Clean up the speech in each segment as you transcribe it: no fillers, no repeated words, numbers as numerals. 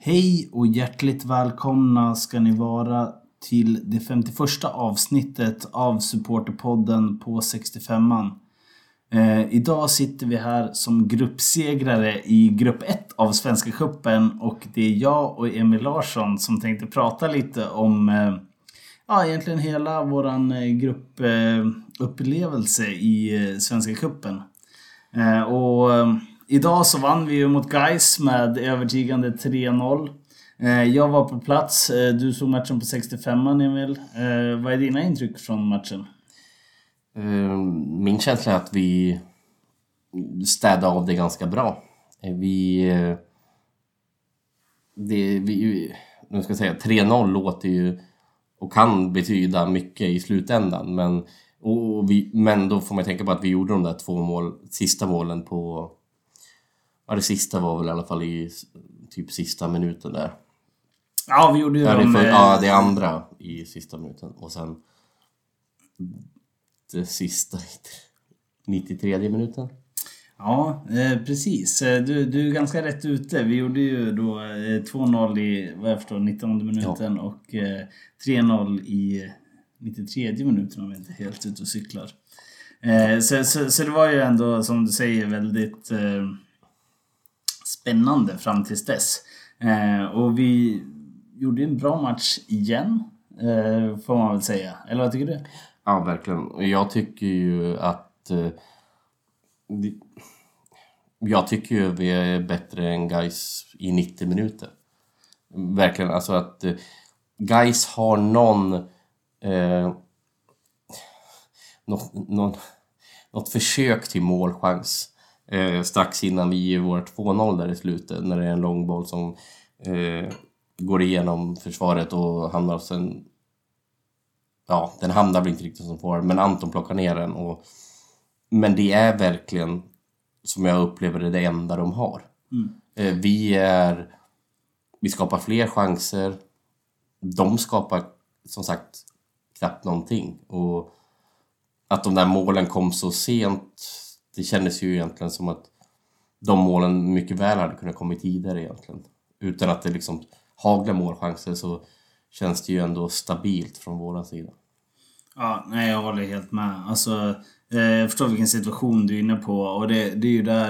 Hej och hjärtligt välkomna ska ni vara till det 51:a avsnittet av Supporterpodden på 65an. Idag sitter vi här som gruppsegrare i grupp 1 av Svenska cupen och det är jag och Emil Larsson som tänkte prata lite om egentligen hela våran gruppupplevelse i Svenska cupen. Idag så vann vi ju mot Gais med övertygande 3-0. Jag var på plats. Du såg matchen på 65an, Emil. Vad är dina intryck från matchen? Min känsla är att vi städade av det ganska bra. Nu ska jag säga 3-0 låter ju och kan betyda mycket i slutändan, men då får man tänka på att vi gjorde de där sista målen på... Ja, det sista var väl i alla fall i typ sista minuten där. Ja, vi gjorde ju det andra i sista minuten. Och sen det sista 93 minuten. Ja, precis. Du är ganska rätt ute. Vi gjorde ju då 2-0 i, vad jag förstår, 19 minuten och 3-0 i 93 minuten om jag inte helt ute och cyklar. Så det var ju ändå, som du säger, väldigt... spännande fram tills dess. Och vi gjorde en bra match igen, får man väl säga. Eller vad tycker du? Ja, verkligen. Jag tycker ju att vi är bättre än Gais i 90 minuter. Verkligen, alltså att Gais har något försök till målchans strax innan vi ger vårt 2-0 där i slutet, när det är en lång boll som går igenom försvaret och hamnar sen, den hamnar väl inte riktigt som får, men Anton plockar ner den men det är verkligen, som jag upplever det enda de har. Vi skapar fler chanser, de skapar som sagt knappt någonting, och att de där målen kom så sent, det kändes ju egentligen som att de målen mycket väl hade kunnat komma tidigare egentligen. Utan att det liksom haglar målchanser, så känns det ju ändå stabilt från våra sida. Ja, nej, jag håller helt med. Alltså, jag förstår vilken situation du är inne på. Och det är ju där...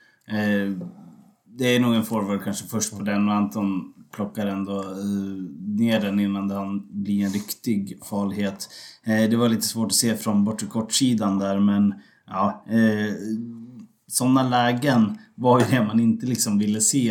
det är nog en forward kanske först på den, och Anton plockar ändå ner den innan den blir en riktig farlighet. Det var lite svårt att se från bortre kortsidan där, men... Ja, sådana lägen var ju det man inte liksom ville se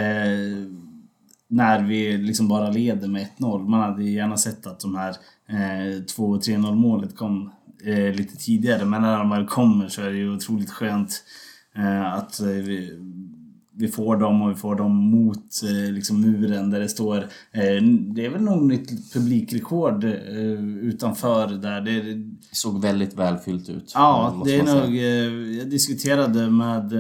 när vi liksom bara leder med 1-0. Man hade gärna sett att de här 2-3-0 målet kom lite tidigare, men när de väl kommer så är det ju otroligt skönt att vi får dem, och vi får dem mot liksom muren där det står, det är väl nog nytt publikrekord utanför där. Det såg väldigt välfyllt ut. Ja, det är nog, jag diskuterade med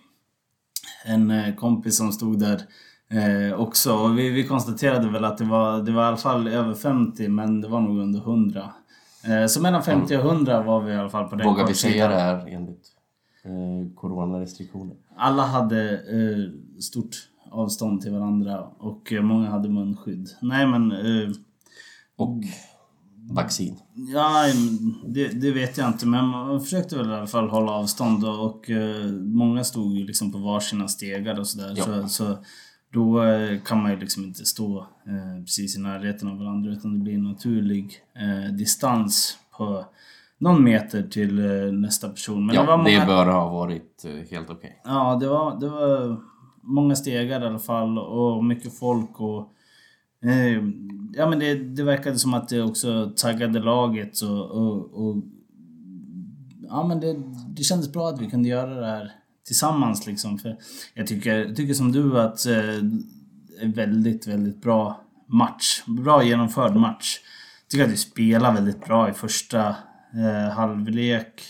en kompis som stod där också, och vi konstaterade väl att det var i alla fall över 50, men det var nog under 100. Så mellan 50 och 100 var vi i alla fall på den. Vågar vi säga det här enligt coronarestriktioner? Alla hade stort avstånd till varandra, och många hade munskydd. Nej, men... och vaccin. Ja, det vet jag inte, men man försökte väl i alla fall hålla avstånd, och många stod ju liksom på varsina stegar och sådär. Ja. Så då kan man ju liksom inte stå precis i närheten av varandra, utan det blir en naturlig distans på någon meter till nästa person. Men det bör ha varit helt okej. Ja, det var många stegar i alla fall, och mycket folk, och men det verkade som att det också taggade laget, och men det kändes bra att vi kunde göra det här tillsammans liksom. För jag tycker som du att är väldigt, väldigt bra match, bra genomförd match. Jag tycker att vi spelar väldigt bra i första halvlek.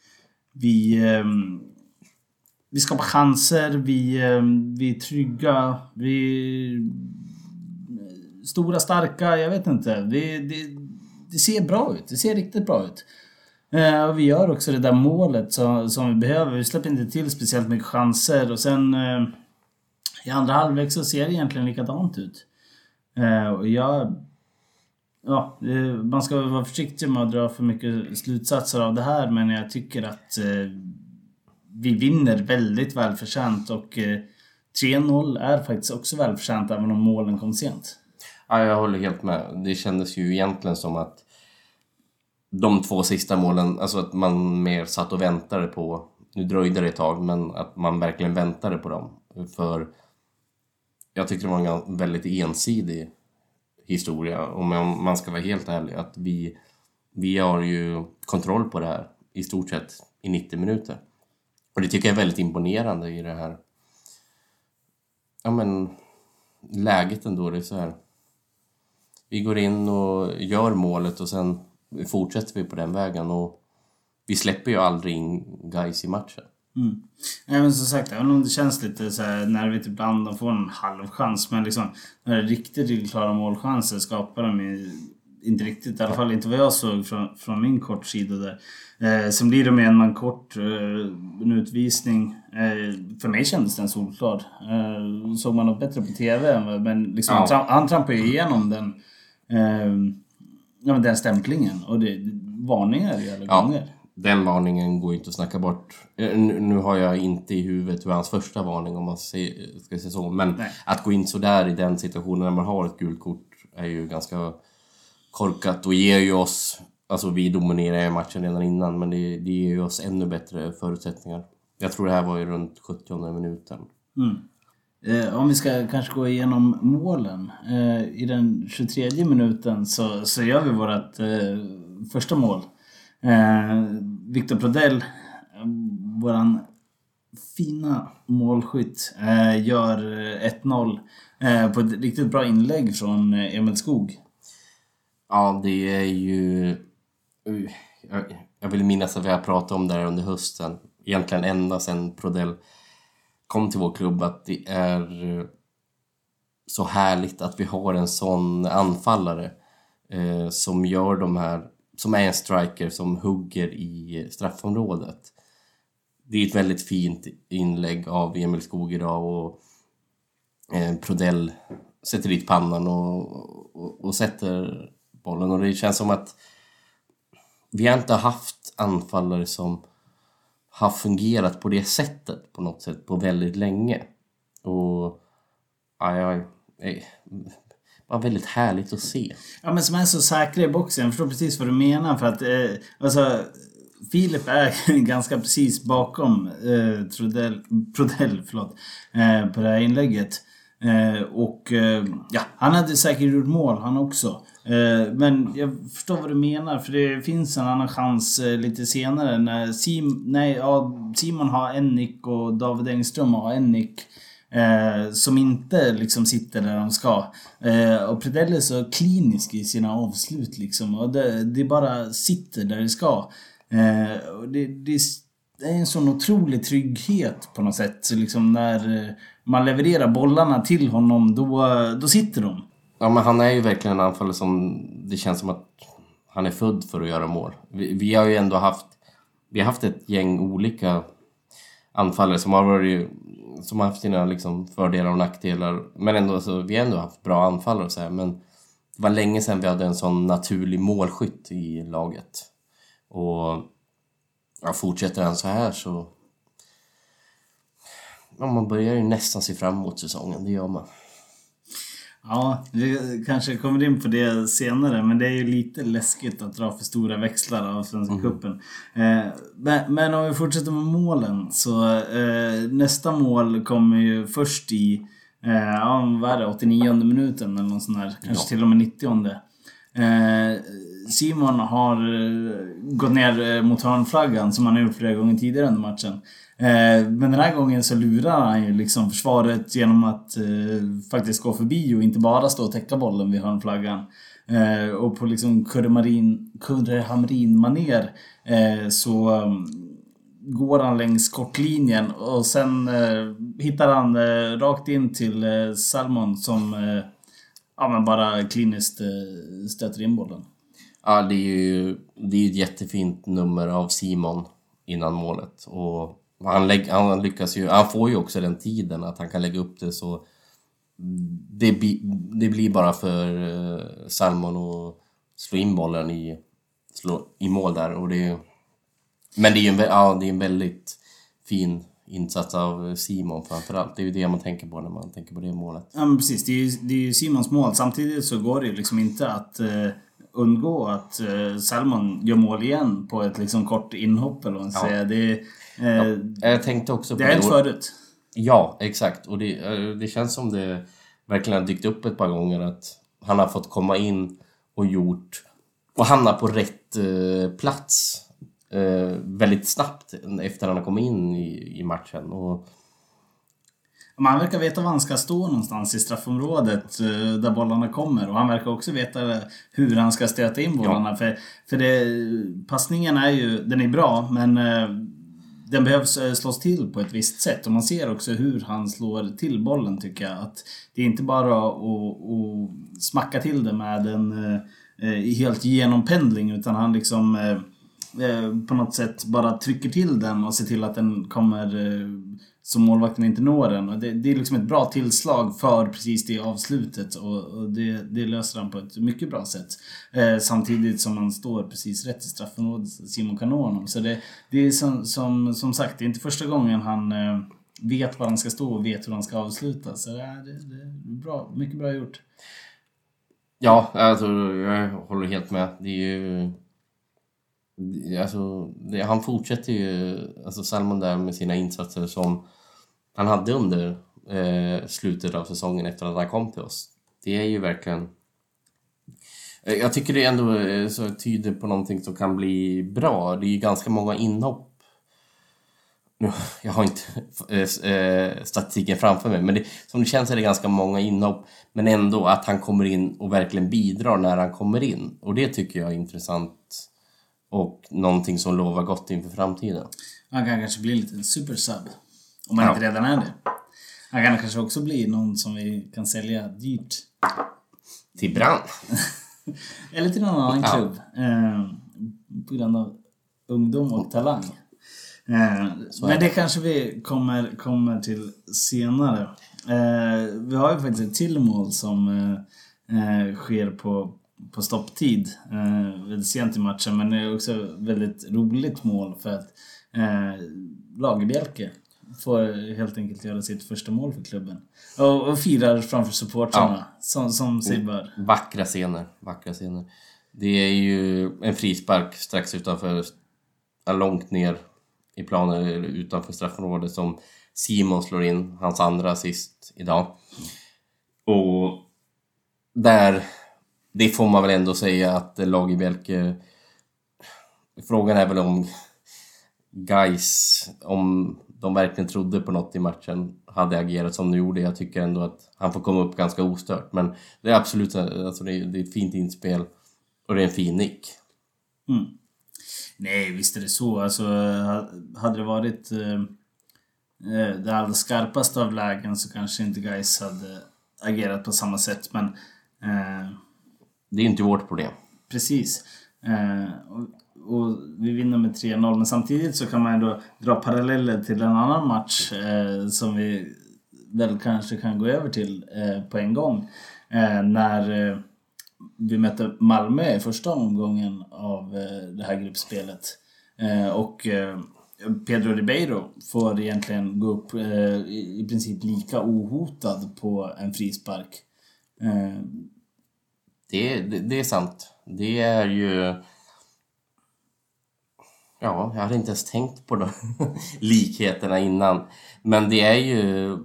Vi skapar chanser, vi är trygga, vi stora, starka, jag vet inte. Det ser bra ut, det ser riktigt bra ut. Och vi gör också det där målet som vi behöver. Vi släpper inte till speciellt mycket chanser, och sen I andra halvlek så ser det egentligen likadant ut. Och man ska vara försiktig med att dra för mycket slutsatser av det här, men jag tycker att vi vinner väldigt välförtjänt, och 3-0 är faktiskt också välförtjänt även om målen kom sent. Ja, jag håller helt med. Det kändes ju egentligen som att de 2 sista målen, alltså att man mer satt och väntade på, nu dröjde det ett tag, men att man verkligen väntade på dem. För jag tyckte det var en väldigt ensidig historia, om man ska vara helt ärlig, att vi har ju kontroll på det här i stort sett i 90 minuter. Och det tycker jag är väldigt imponerande i det här läget ändå. Det är så här, vi går in och gör målet och sen fortsätter vi på den vägen, och vi släpper ju aldrig in guys i matchen. Men som sagt, även om det känns lite så här nervigt ibland, de får en halvchans, men liksom när det riktigt klara målchanser skapar de inte riktigt, i alla fall inte vad jag såg från min kortsida där. Sen blir det med en kort en utvisning. För mig kändes den solklar. Såg man något bättre på tv, men liksom han trampar ju igenom den stämplingen, och det varningar i alla gånger. Den varningen går inte att snacka bort. Nu har jag inte i huvudet hur hans första varning, om man ska säga så. Men att gå in så där i den situationen när man har ett gult kort är ju ganska korkat, och ger ju oss, alltså vi dominerar matchen redan innan, men det ger ju oss ännu bättre förutsättningar. Jag tror det här var ju runt 70:e minuten. Om vi ska kanske gå igenom målen. I den 23:e minuten så gör vi vårt första mål. Victor Prodell, våran fina målskytt, gör 1-0 på ett riktigt bra inlägg från Emil Skog. Ja, det är ju... Jag vill minnas att vi har pratat om det här under hösten. Egentligen ända sedan Prodell kom till vår klubb, att det är så härligt att vi har en sån anfallare som gör de här, som är en striker som hugger i straffområdet. Det är ett väldigt fint inlägg av Emil Skog idag, och Prodell sätter dit pannan och sätter bollen, och det känns som att vi har inte haft anfallare som har fungerat på det sättet på något sätt på väldigt länge. Och var väldigt härligt att se. Ja, men som är så säkra i boxen. Jag förstår precis vad du menar, för att Filip är ganska precis bakom Prodell på det här inlägget. Han hade säkert gjort mål han också. Men jag förstår vad du menar, för det finns en annan chans lite senare när Simon har en nick och David Engström har en nick som inte liksom sitter där de ska. Och Prodell är så klinisk i sina avslut liksom, och det bara sitter där det ska. Det är en sån otrolig trygghet på något sätt, så liksom när man levererar bollarna till honom, då sitter de. Ja, men han är ju verkligen en anfallare som det känns som att han är född för att göra mål. Vi har ju ändå haft ett gäng olika anfallare som har haft sina liksom fördelar och nackdelar, men ändå så vi har ändå haft bra anfallare och så här, men det var länge sedan vi hade en sån naturlig målskytt i laget. Och fortsätter han så här så man börjar ju nästan se fram emot säsongen, det gör man. Ja, vi kanske kommer in på det senare, men det är ju lite läskigt att dra för stora växlar av Svenska cupen. Men om vi fortsätter med målen, så nästa mål kommer ju först i 89:e minuten eller något sånt där, kanske till och med 90:e. Simon har gått ner mot hörnflaggan som han har gjort flera gånger tidigare under matchen. Men den här gången så lurar han ju liksom försvaret genom att faktiskt gå förbi och inte bara stå och täcka bollen vid hörnflaggan. Och på liksom Kurre Hamrin-manér så går han längs kortlinjen och sen hittar han rakt in till Salmon som men bara kliniskt stöter in bollen. Ja, det är ju ett jättefint nummer av Simon innan målet, och Han lyckas ju, han får ju också den tiden att han kan lägga upp det så det blir bara för Salmon att slå in bollen i mål där och men det är ju en väldigt fin insats av Simon framförallt. Det är ju det man tänker på när man tänker på det målet. Ja, men precis. Det är ju Simons mål. Samtidigt så går det ju liksom inte att undgå att Salmon gör mål igen på ett liksom kort inhopp eller vad man säger. Jag tänkte också på det. Det är inte förut. Ja, exakt. Och det känns som det verkligen har dykt upp ett par gånger att han har fått komma in och hamna på rätt plats väldigt snabbt efter han har kommit in i matchen. Och man verkar veta var han ska stå någonstans i straffområdet där bollarna kommer. Och han verkar också veta hur han ska stöta in bollarna. Ja. För passningen den är bra, men den behövs slås till på ett visst sätt. Och man ser också hur han slår till bollen, tycker jag. Att det är inte bara att smacka till det med en helt genompendling, utan han liksom på något sätt bara trycker till den och ser till att den kommer så målvakten inte når den. Och det är liksom ett bra tillslag för precis det avslutet, och det löser han på ett mycket bra sätt. Samtidigt som han står precis rätt i straffområdet, Simon kan nå honom. Så det är som sagt, det är inte första gången han vet var han ska stå och vet hur han ska avsluta. Så det är bra, mycket bra gjort. Ja, alltså, jag håller helt med. Det är ju han fortsätter ju, alltså Salmon där med sina insatser som han hade under slutet av säsongen efter att han kom till oss. Det är ju verkligen, jag tycker det ändå så tyder på någonting som kan bli bra. Det är ju ganska många inhopp. Jag har inte statistiken framför mig, men som det känns är det ganska många inhopp, men ändå att han kommer in och verkligen bidrar när han kommer in. Och det tycker jag är intressant och någonting som lovar gott inför framtiden. Han kan kanske bli lite en supersub, om han inte redan är det. Han kan kanske också bli någon som vi kan sälja dyrt. Till Brann. Eller till någon annan klubb. På grund av ungdom och talang. Men det kanske vi kommer till senare. Vi har ju faktiskt ett till mål som sker på stopptid väldigt sent i matchen, men det är också väldigt roligt mål för att Lagerbielke får helt enkelt göra sitt första mål för klubben och firar framför supportrarna som sig bör. Vackra scener. Det är ju en frispark strax utanför, långt ner i planen eller utanför straffområdet, som Simon slår in, hans andra assist idag. Och där, det får man väl ändå säga att Lagerbielke, frågan är väl om Gais, om de verkligen trodde på något i matchen, hade agerat som de gjorde. Jag tycker ändå att han får komma upp ganska ostört, men det är absolut, alltså det är ett fint inspel och det är en fin nick. Nej, visst är det så. Alltså, hade det varit det allra skarpaste av lägen så kanske inte Gais hade agerat på samma sätt, men det är inte vårt problem. Precis. Och vi vinner med 3-0, men samtidigt så kan man ändå dra paralleller till en annan match som vi väl kanske kan gå över till på en gång. När vi mötte Malmö i första omgången av det här gruppspelet. Och Pedro Ribeiro får egentligen gå upp i princip lika ohotad på en frispark. Det är sant. Det är ju... Ja, jag hade inte ens tänkt på de likheterna innan. Men det är ju...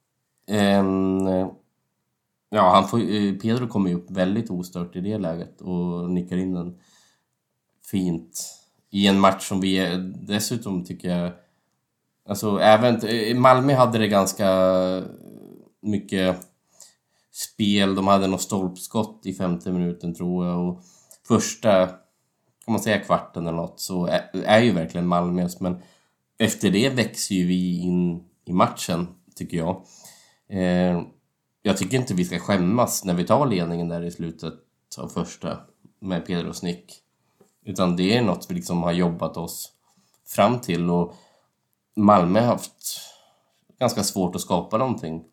Pedro kommer ju upp väldigt ostört i det läget och nickar in den fint i en match som vi dessutom tycker jag, alltså även Malmö hade det ganska mycket spel. De hade något stolpskott i 50 minuten tror jag, och första, kan man säga, kvarten eller något, så är ju verkligen Malmös, men efter det växer ju vi in i matchen, tycker jag. Jag tycker inte vi ska skämmas när vi tar ledningen där i slutet av första med Pedros nick. Utan det är något vi liksom har jobbat oss fram till. Och Malmö har haft ganska svårt att skapa någonting.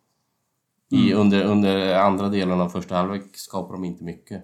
Under andra delen av första halvlek skapar de inte mycket.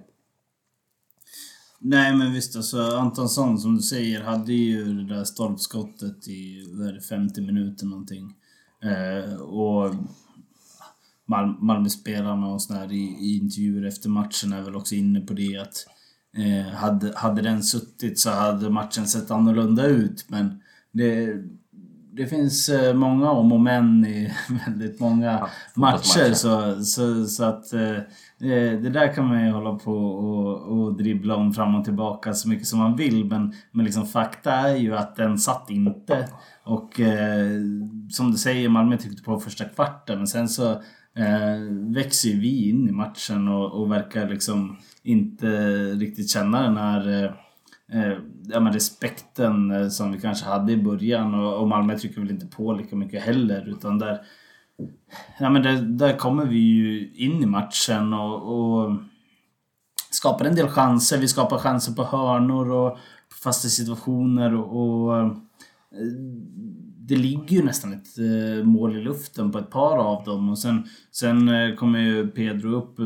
Nej, men visst, alltså Antonsson som du säger hade ju det där stolpskottet i 50 minuter någonting. Och Malmö-spelarna och sådär i intervjuer efter matchen är väl också inne på det att hade den suttit så hade matchen sett annorlunda ut, men det finns många om och men i väldigt många matcher så att det där kan man ju hålla på och dribbla om fram och tillbaka så mycket som man vill, men liksom fakta är ju att den satt inte, och som du säger, Malmö tryckte på första kvarten, men sen så växer ju vi in i matchen och verkar liksom inte riktigt känna den här respekten som vi kanske hade i början, och Malmö trycker väl inte på lika mycket heller, utan där kommer vi ju in i matchen och skapar en del chanser. Vi skapar chanser på hörnor och på fasta situationer, och det ligger ju nästan ett mål i luften på ett par av dem, och sen kommer ju Pedro upp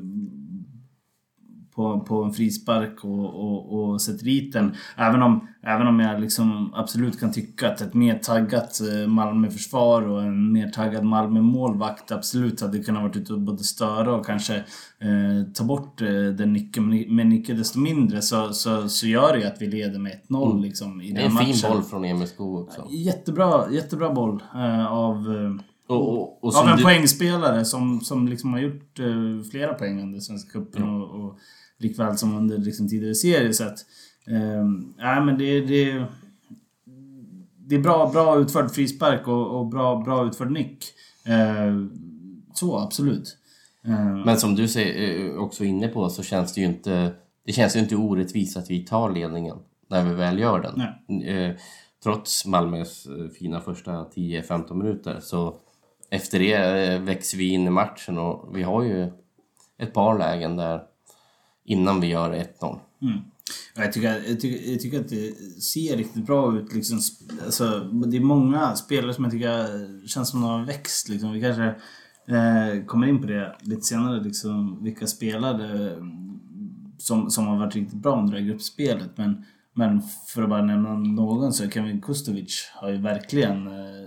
på en frispark och sätter dit den. Även om jag liksom absolut kan tycka att ett mer taggat Malmö-försvar och en mer taggad Malmö-målvakt absolut hade kunnat varit ute och både störa och kanske ta bort den nyckeln, men icke desto mindre så gör det ju att vi leder med 1-0 liksom, i den matchen. En fin boll från Emil Skog också. Jättebra boll av en poängspelare som liksom har gjort flera poäng under Svenska cupen och likväl som under liksom tidigare serier, så att men det är bra utförd frispark och bra utförd nick, så absolut. Men som du säger också inne på, så känns det ju inte orättvist att vi tar ledningen när vi väl gör den. Trots Malmös fina första 10-15 minuter, så efter det växer vi in i matchen, och vi har ju ett par lägen där innan vi gör 1-0. Jag tycker att det ser riktigt bra ut liksom, alltså, det är många spelare som jag tycker känns som de har växt liksom. Vi kanske kommer in på det lite senare liksom, vilka spelare som har varit riktigt bra under det här gruppspelet, men för att bara nämna någon, så Kevin Kustovic har ju verkligen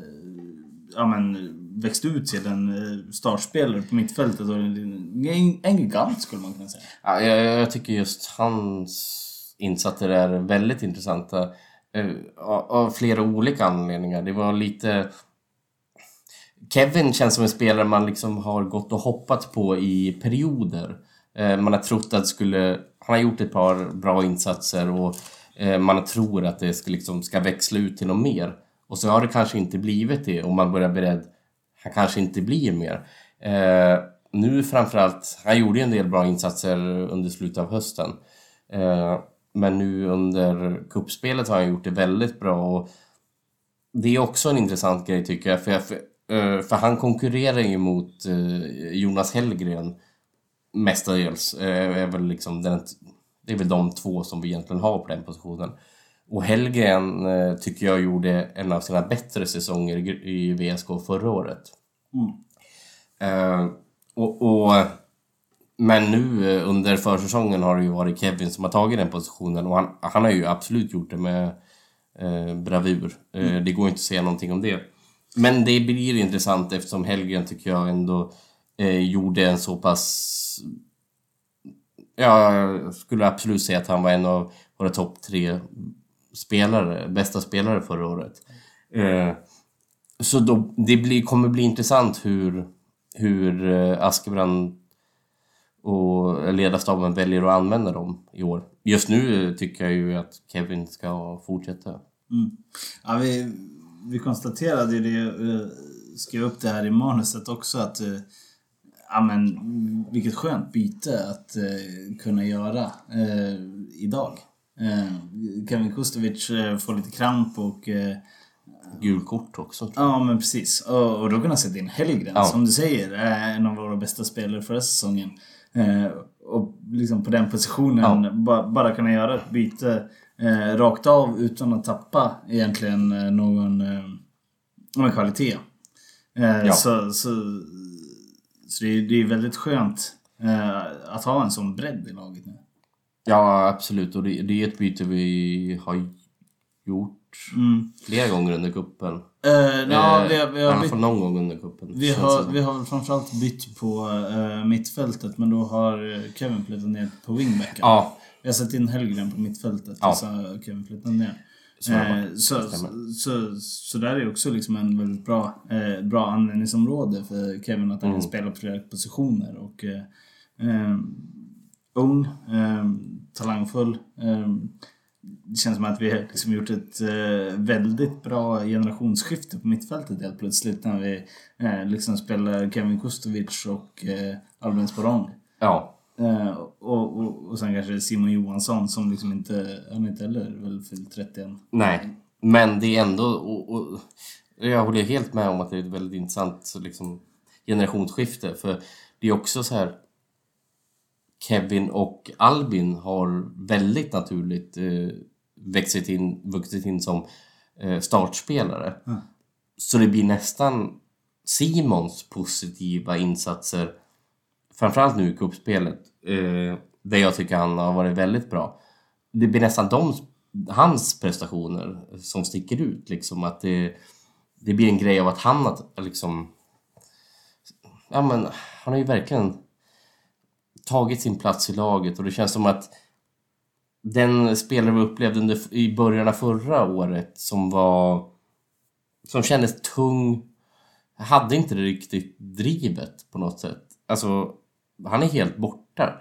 växt ut till en startspelare på mittfältet, och en gigant skulle man kunna säga. Ja, jag tycker just hans insatser är väldigt intressanta av flera olika anledningar. Det var lite... Kevin känns som en spelare man liksom har gått och hoppat på i perioder. Man har trott att han har gjort ett par bra insatser, och man tror att det ska växla ut till något mer. Och så har det kanske inte blivit det, och man börjar beredd, han kanske inte blir mer. Nu framförallt, han gjorde en del bra insatser under slutet av hösten. Men nu under kuppspelet har han gjort det väldigt bra, och det är också en intressant grej tycker jag. För han konkurrerar ju mot Jonas Hellgren mestadels. Är väl liksom det är väl de två som vi egentligen har på den positionen. Och Hellgren tycker jag gjorde en av sina bättre säsonger i VSK förra året. Men nu under försäsongen har det ju varit Kevin som har tagit den positionen, och han har ju absolut gjort det med bravur. Det går inte att säga någonting om det. Men det blir intressant eftersom Hellgren tycker jag ändå gjorde en så pass... Jag skulle absolut säga att han var en av våra topp 3 bästa spelare förra året. Så då, kommer bli intressant hur Askebrand och ledarstaben väljer att använda dem i år. Just nu tycker jag ju att Kevin ska fortsätta. Ja, vi konstaterade ju det, skrev upp det här i manuset också, att vilket skönt byte att kunna göra idag. Kevin Kustovic får lite kramp och gulkort också. Ja, men precis. Och då kan han sätta in Hellgren, som du säger, en av våra bästa spelare förra säsongen. Och liksom på den positionen bara kunna göra ett byte rakt av utan att tappa egentligen någon kvalitet. Så det är väldigt skönt att ha en sån bredd i laget nu. Ja, absolut. Och det är ett byte vi har gjort flera gånger under kuppen. Vi har bytt någon gång under kuppen. Vi har framförallt bytt på mittfältet, men då har Kevin flyttat ner på wingbacken. Ja. Vi har satt in Hellgren på mittfältet och så har Kevin flyttat ner. Så där är också liksom en väldigt bra användningsområde för Kevin, att han kan spela på flera positioner och ung, talangfull. Det känns som att vi har liksom gjort ett väldigt bra generationsskifte på mittfältet helt plötsligt när vi liksom spelar Kevin Kustovic och Albin Sporrong. Ja. Och sen kanske Simon Johansson som liksom han inte heller väl fyllt 30 än. Nej, men det är ändå och jag håller helt med om att det är ett väldigt intressant liksom, generationsskifte, för det är också så här, Kevin och Albin har väldigt naturligt vuxit in som startspelare. Så det blir nästan Simons positiva insatser, framförallt nu i cupspelet, där jag tycker han har varit väldigt bra. Det blir nästan hans prestationer som sticker ut, liksom, att det blir en grej av att han liksom, ja, men han har ju verkligen tagit sin plats i laget, och det känns som att den spelare vi upplevde i början av förra året som kändes tung, hade inte det riktigt drivet på något sätt. Alltså, han är helt borta.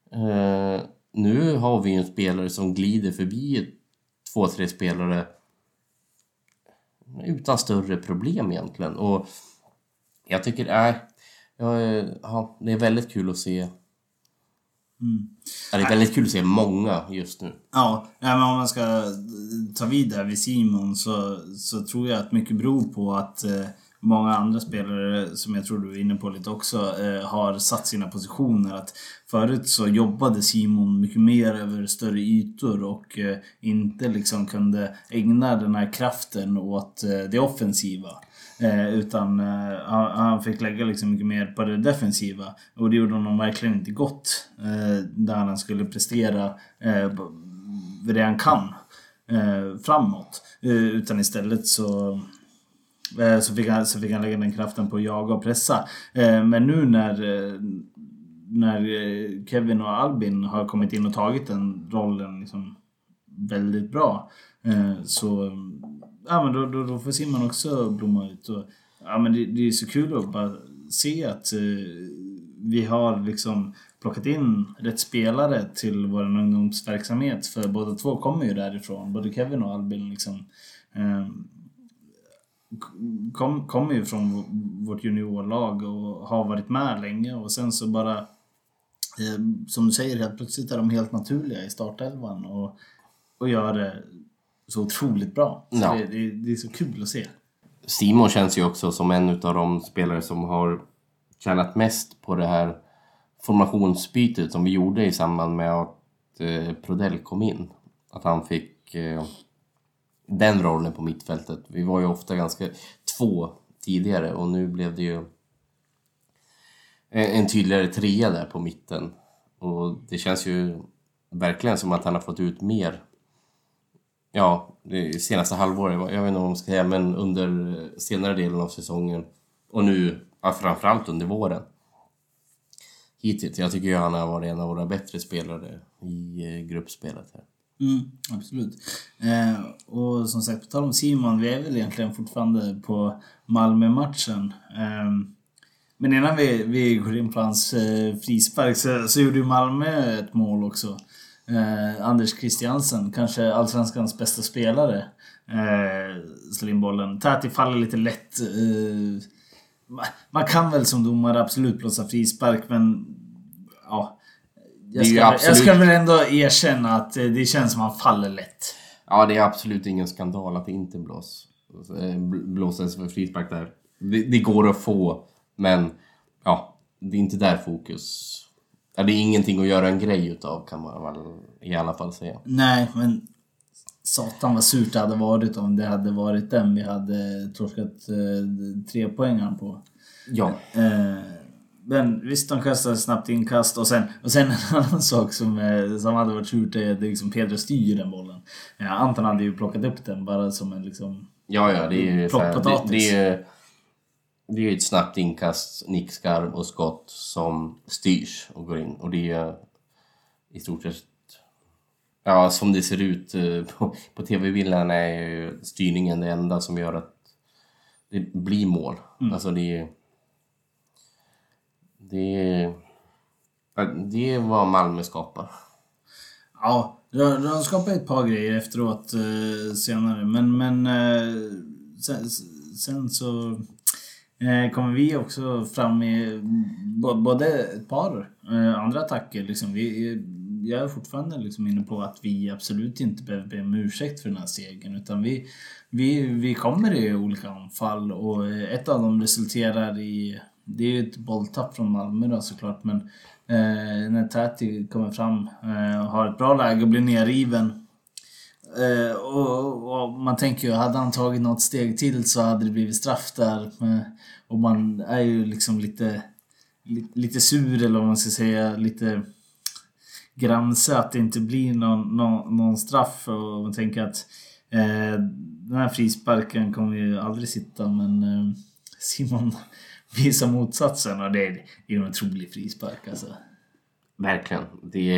Nu har vi en spelare som glider förbi 2-3 spelare utan större problem egentligen. Och jag tycker det är väldigt kul att se. Det är väldigt kul att se många just nu. Ja, men om man ska ta vidare vid Simon så tror jag att mycket beror på att många andra spelare, som jag tror du är inne på lite också, har satt sina positioner. Att förut så jobbade Simon mycket mer över större ytor och inte liksom kunde ägna den här kraften åt det offensiva. Utan han fick lägga liksom mycket mer på det defensiva, och det gjorde honom verkligen inte gott där han skulle prestera det han kan framåt, utan istället så fick han lägga den kraften på att jaga och pressa. Men nu när Kevin och Albin har kommit in och tagit den rollen liksom väldigt bra, så ja, men då får Simon också blomma ut. Och ja, men det är så kul att bara se att vi har liksom plockat in rätt spelare till vår ungdomsverksamhet, för båda två kommer ju därifrån. Både Kevin och Albin liksom kommer ju från vårt juniorlag och har varit med länge, och sen så bara som du säger, helt plötsligt är de helt naturliga i startelvan och gör det så otroligt bra. Så ja. Det är så kul att se. Simon känns ju också som en av de spelare som har tjänat mest på det här formationsbytet som vi gjorde i samband med att Prodell kom in. Att han fick den rollen på mittfältet. Vi var ju ofta ganska två tidigare, och nu blev det ju en tydligare trea där på mitten. Och det känns ju verkligen som att han har fått ut mer. Ja, det senaste halvåret, jag vet inte vad man ska säga, men under senare delen av säsongen. Och nu, framförallt under våren. Hittills, jag tycker ju han har varit en av våra bättre spelare i gruppspelet här. Absolut. Och som sagt, på tal om Simon, vi är väl egentligen fortfarande på Malmö-matchen. Men innan vi går in på hans frispark så gjorde ju Malmö ett mål också. Anders Christiansen, kanske allsvenskans bästa spelare, slår in bollen. Täti faller lite lätt. Man kan väl som domare absolut blåsa frispark, men ja, jag ska väl ändå erkänna att det känns som att han faller lätt. Ja, det är absolut ingen skandal att det inte blåses för frispark där. Det går att få, men ja, det är inte där fokus Ja, det är ingenting att göra en grej utav, kan man väl i alla fall säga. Nej, men satan vad surt det hade varit om det hade varit den vi hade torskat 3 poängar på. Ja. Men visst, de kastade snabbt inkast och sen en annan sak som hade varit surt är att liksom Pedro styr den bollen. Anton hade ju plockat upp den bara som en liksom... Ja, det är ju plockpotatis. Det är ju ett snabbt inkast, nickskarv och skott som styrs och går in. Och det är i stort sett... Ja, som det ser ut på tv-bilden är ju styrningen det enda som gör att det blir mål. Alltså det är vad Malmö skapar. Ja, de skapar ett par grejer efteråt senare. Men sen så kommer vi också fram med både ett par andra attacker. Liksom. Jag är fortfarande liksom inne på att vi absolut inte behöver be om ursäkt för den här segern. Utan vi kommer i olika anfall och ett av dem resulterar i... Det är ju ett bolltapp från Malmö då såklart, men när Täti kommer fram har ett bra läge och blir nerriven. Och man tänker ju, hade han tagit något steg till så hade det blivit straff där. Och man är ju liksom lite sur, eller vad man ska säga, lite gramse att det inte blir någon straff. Och man tänker att den här frisparken kommer ju aldrig sitta, men Simon visar motsatsen och det är en otrolig frispark alltså. Verkligen. Det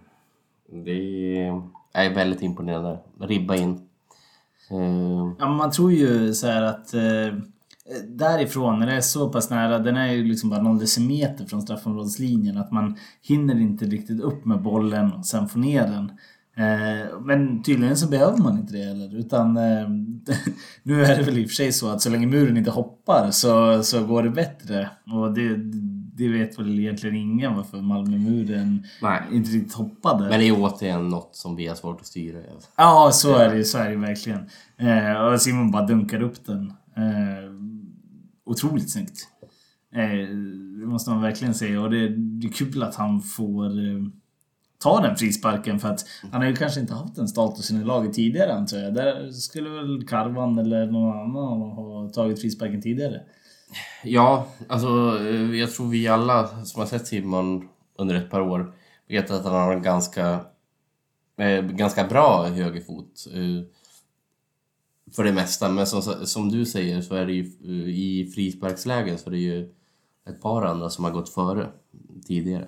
är väldigt imponerande. Ribba in. Ja, man tror ju så här att därifrån, när det är så pass nära, den är ju liksom bara någon decimeter från straffområdeslinjen, att man hinner inte riktigt upp med bollen och sen få ner den. Men tydligen så behöver man inte det heller, utan nu är det väl i och för sig så att så länge muren inte hoppar så går det bättre, och det vet väl egentligen ingen varför Malmö-muren inte riktigt hoppade. Men det är återigen något som vi har svårt att styra. Ja, så är det verkligen. Och Simon bara dunkar upp den. Otroligt snyggt. Det måste man verkligen säga, och det är kul att han får ta den frisparken, för att han har ju kanske inte haft den statusen i laget tidigare, antar jag. Där skulle väl Karvan eller någon annan ha tagit frisparken tidigare. Ja, alltså jag tror vi alla som har sett Simon under ett par år vet att han har en ganska bra högerfot för det mesta. Men som du säger så är det ju i frisparkslägen så är det ju ett par andra som har gått före tidigare.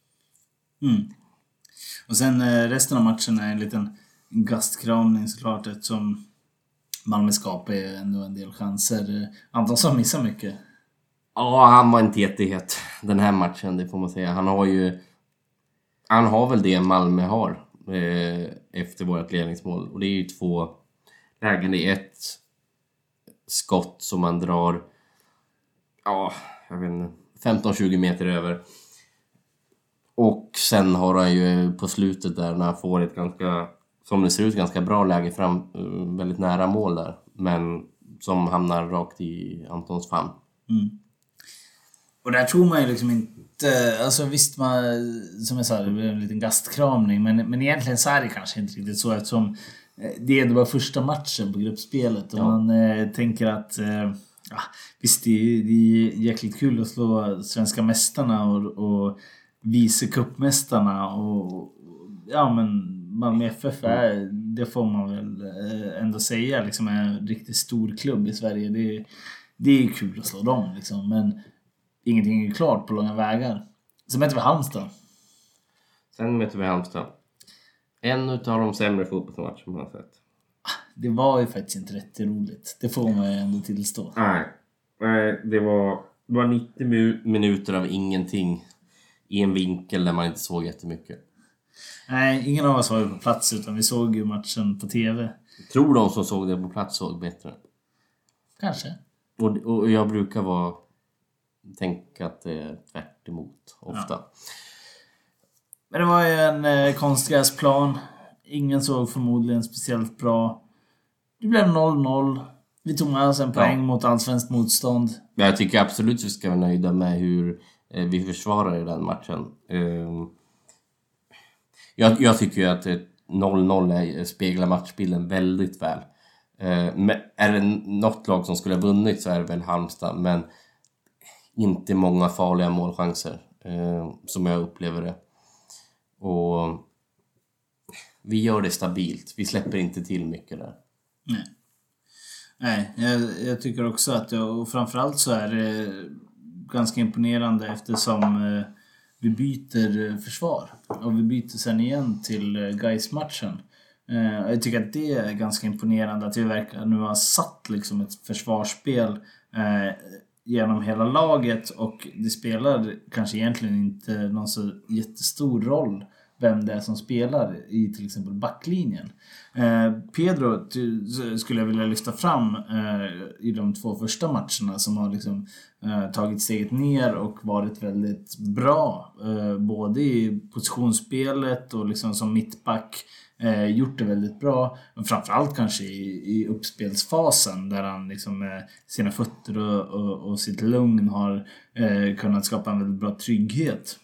Och sen resten av matchen är en liten gastkramning såklart, eftersom Malmö skapar ju ändå en del chanser. Antonsson missar mycket. Ja, han var en tetighet den här matchen, det får man säga. Han har väl det Malmö har efter vårt ledningsmål. Och det är ju 2 lägen. Det är ett skott som man drar, jag vet inte, 15-20 meter över. Och sen har han ju på slutet där när han får ett ganska, som det ser ut, ganska bra läge fram, väldigt nära mål där. Men som hamnar rakt i Antons famn. Och där tror man ju liksom inte, alltså visst, man, som jag sa, det blir en liten gastkramning, men egentligen så är det kanske inte riktigt så, eftersom det var första matchen på gruppspelet och man tänker att visst, det är jäkligt kul att slå svenska mästarna och vice cupmästarna, och ja, men Malmö FF är, det får man väl ändå säga, liksom är en riktigt stor klubb i Sverige. Det är kul att slå dem liksom, men ingenting är klart på långa vägar. Så möter vi Halmstad. En av de sämre fotbollsmatcher man har sett. Det var ju faktiskt inte rätt roligt. Det får man ju ändå tillstå. Nej, det var 90 minuter av ingenting i en vinkel där man inte såg jättemycket. Nej, ingen av oss var ju på plats, utan vi såg ju matchen på tv. Tror de som såg det på plats såg bättre? Kanske. Och jag brukar tänka att det är tvärt emot ofta. Ja. Men det var ju en konstgräsplan. Ingen såg förmodligen speciellt bra. Det blev 0-0. Vi tog med oss en poäng mot allsvenskt motstånd. Jag tycker absolut vi ska vara nöjda med hur vi försvarar i den matchen. Jag tycker ju att 0-0 speglar matchbilden väldigt väl. Men är det något lag som skulle ha vunnit så är det väl Halmstad, men inte många farliga målchanser som jag upplever det. Och vi gör det stabilt. Vi släpper inte till mycket där. Nej, jag tycker också att och framförallt så är det ganska imponerande eftersom vi byter försvar och vi byter sen igen till Gais-matchen. Jag tycker att det är ganska imponerande att vi verkligen nu har satt liksom ett försvarsspel genom hela laget, och det spelar kanske egentligen inte någon så jättestor roll vem det är som spelar i till exempel backlinjen. Pedro skulle jag vilja lyfta fram i de 2 första matcherna, som har liksom tagit steget ner och varit väldigt bra både i positionsspelet och liksom som mittback, gjort det väldigt bra, men framförallt kanske i uppspelsfasen där han liksom med sina fötter och sitt lugn har kunnat skapa en väldigt bra trygghet.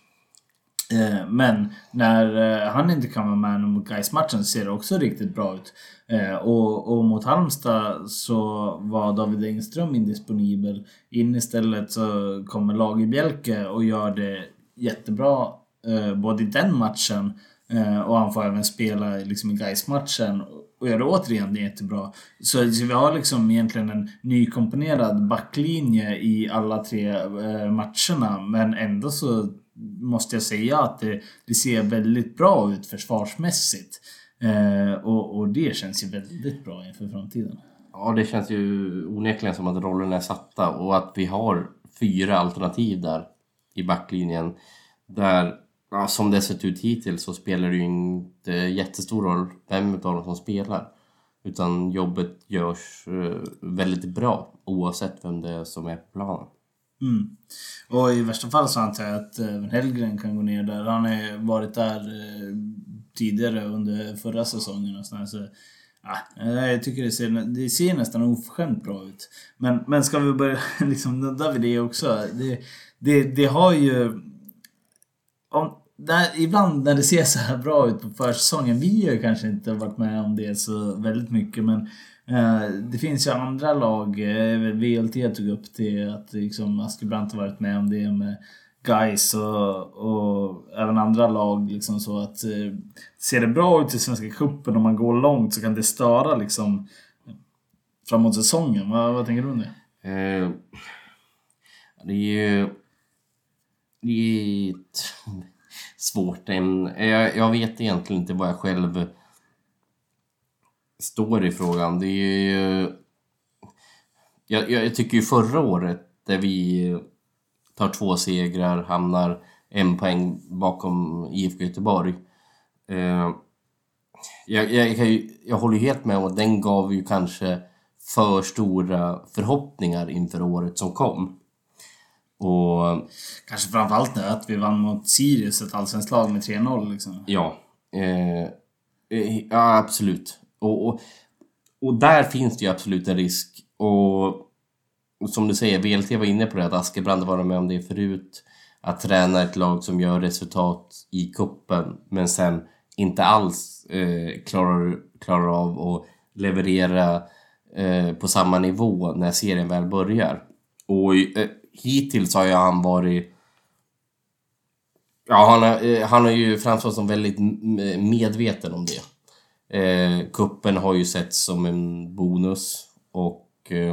Men när han inte kan vara med mot Gais-matchen ser det också riktigt bra ut. Och mot Halmstad så var David Engström indisponibel. In istället så kommer Lager Bjelke och gör det jättebra både i den matchen, och han får även spela liksom i Gais-matchen och gör det återigen jättebra. Så vi har liksom egentligen en nykomponerad backlinje i alla 3 matcherna, men ändå så måste jag säga att det ser väldigt bra ut försvarsmässigt. Och det känns ju väldigt bra inför framtiden. Ja, det känns ju onekligen som att rollerna är satta och att vi har 4 alternativ där i backlinjen. Där, ja, som det sett ut hittills så spelar det ju inte jättestor roll vem av dem som spelar. Utan jobbet görs väldigt bra oavsett vem det är som är på planen. Och i värsta fall så antar jag att Hellgren kan gå ner där. Han har varit där tidigare under förra säsongen och sådär, så jag tycker det ser nästan oförskämt bra ut. Men ska vi börja liksom nudda vid det också. Det har ju ibland när det ser så här bra ut på försäsongen, vi har kanske inte varit med om det så väldigt mycket, men det finns ju andra lag. VLT tog upp det att liksom Askebrant har varit med om det med Gais och även andra lag liksom, så att ser det bra ut i Svenska cupen om man går långt så kan det störa liksom framåt säsongen. Vad tänker du om det? Det är svårt. Jag vet egentligen inte vad jag själv står i frågan. Det är ju, jag tycker ju förra året där vi tar 2 segrar, hamnar 1 poäng bakom IFK Göteborg. Jag håller helt med om att den gav ju kanske för stora förhoppningar inför året som kom. Och kanske framförallt nu att vi vann mot Sirius, ett allsvenskt lag med 3-0 liksom. Ja, absolut. Och där finns det ju absolut en risk. Och som du säger, VLT var inne på det, att Askebrand var med om det förut. Att träna ett lag som gör resultat i kuppen men sen inte alls klarar av att leverera på samma nivå när serien väl börjar. Och hittills har ju han varit... Ja, han har ju framstått som väldigt medveten om det. Kuppen har ju sett som en bonus och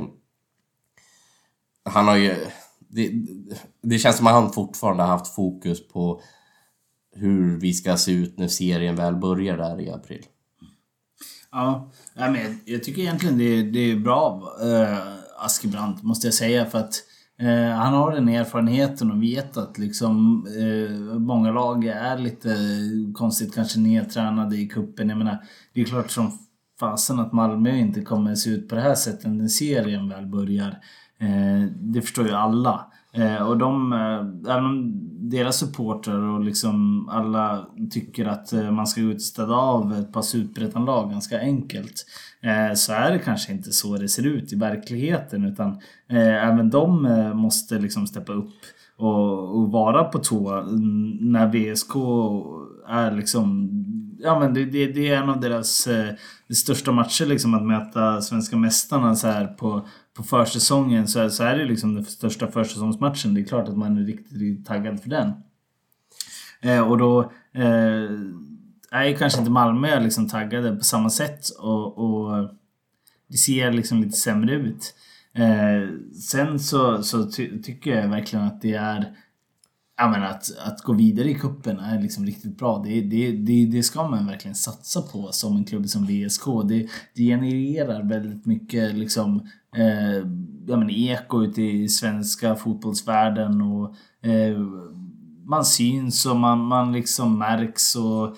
han har ju... Det känns som att han fortfarande har haft fokus på hur vi ska se ut när serien väl börjar där i april. Ja, men jag tycker egentligen det är bra Askebrand, måste jag säga, för att han har den erfarenheten och vet att liksom, många lag är lite konstigt kanske nedtränade i kuppen. Jag menar, det är klart som fasen att Malmö inte kommer se ut på det här sättet när serien väl börjar. Det förstår ju alla. Och även om deras supportrar och liksom alla tycker att man ska ut och städa av ett par superettanlag ganska enkelt, så är det kanske inte så det ser ut i verkligheten, utan även de måste liksom steppa upp och vara på tå när VSK är liksom, ja men det är en av deras största matcher liksom, att möta svenska mästarna så här på försäsongen, så är det liksom den största försäsongsmatchen. Det är klart att man är riktigt taggad för den. Och då är kanske inte Malmö liksom taggade på samma sätt, och det ser liksom lite sämre ut. Sen så tycker jag verkligen att det är, jag menar, att gå vidare i kuppen är liksom riktigt bra. Det ska man verkligen satsa på som en klubb som VSK. Det genererar väldigt mycket liksom, eko ute i svenska fotbollsvärlden, och man syns och man liksom märks, och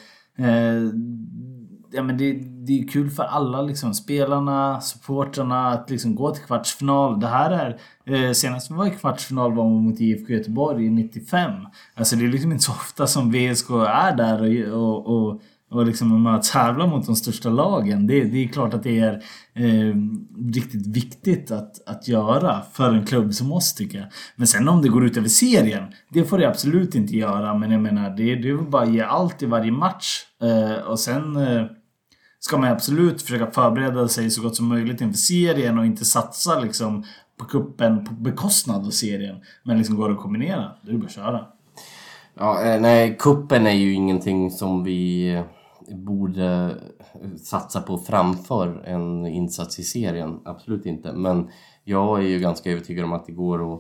det är kul för alla liksom, spelarna, supporterna, att liksom gå till kvartsfinal. Det här är senast vi var i kvartsfinal var mot IFK Göteborg i 95. Alltså det är liksom inte så ofta som VSK är där och liksom man tävlar mot de största lagen. Det är klart att det är riktigt viktigt att göra för en klubb som oss, tycker jag. Men sen om det går ut över serien, det får det absolut inte göra. Men jag menar, det är bara ge allt i varje match. Och sen ska man absolut försöka förbereda sig så gott som möjligt inför serien och inte satsa liksom på kuppen på bekostnad av serien. Men liksom går det att kombinera, det är bara att köra. Ja, nej, kuppen är ju ingenting som vi borde satsa på framför en insats i serien. Absolut inte. Men jag är ju ganska övertygad om att det går att...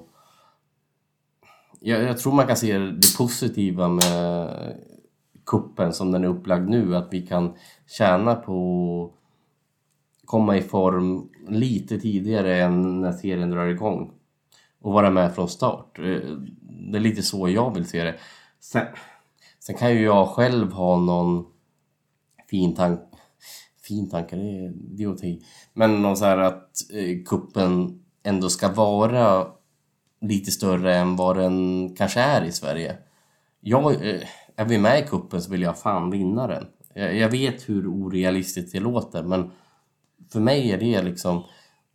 Jag tror man kan se det positiva med kuppen som den är upplagd nu. Att vi kan tjäna på att komma i form lite tidigare än när serien drar igång. Och vara med från start. Det är lite så jag vill se det. Sen kan ju jag själv ha någon fin tanke, det är idioti. Men någon så här att kuppen ändå ska vara lite större än vad den kanske är i Sverige. Är vi med i kuppen så vill jag fan vinna den. Jag vet hur orealistiskt det låter, men för mig är det liksom...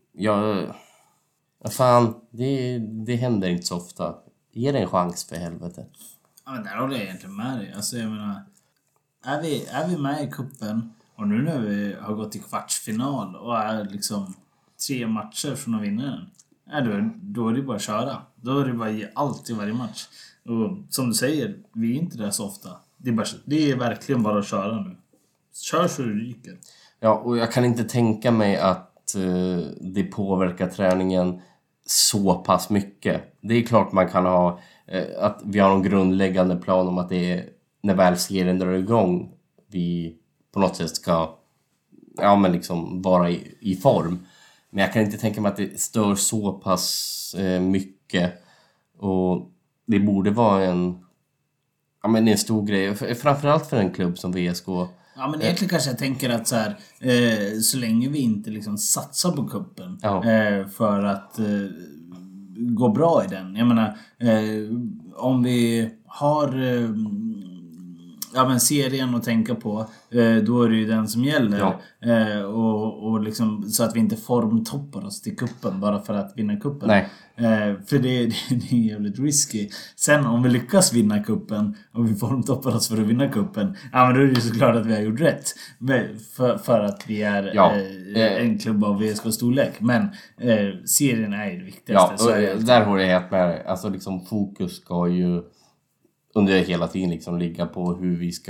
det händer inte så ofta. Ge det en chans för helvete. Ja, men där håller jag egentligen med dig. Alltså jag menar, är vi med i kuppen och nu när vi har gått till kvartsfinal och är liksom 3 matcher från att vinna den, då är det bara att köra. Då är det bara att ge allt i varje match. Och som du säger, vi är inte där så ofta. Det är verkligen bara att köra nu. Kör så du ryker. Ja, och jag kan inte tänka mig att det påverkar träningen så pass mycket. Det är klart man kan ha att vi har en grundläggande plan om att det är när väl serien drar igång vi på något sätt ska liksom vara i form. Men jag kan inte tänka mig att det stör så pass mycket, och det borde vara en stor grej, framförallt för en klubb som VSK. Ja, men egentligen kanske jag tänker att så här, så länge vi inte liksom satsar på kuppen för att gå bra i den. Jag menar, om vi har serien att tänka på, då är det ju den som gäller. Ja. Och liksom, så att vi inte formtoppar oss till kuppen bara för att vinna kuppen. Nej. För det är jävligt risky. Sen om vi lyckas vinna kuppen och vi formtoppar oss för att vinna kuppen, men då är det ju såklart att vi har gjort rätt. För att vi är en klubb av VSK-storlek. Men serien är ju det viktigaste. Ja, och där har jag helt med. Alltså liksom fokus ska ju under hela tiden liksom ligga på hur vi ska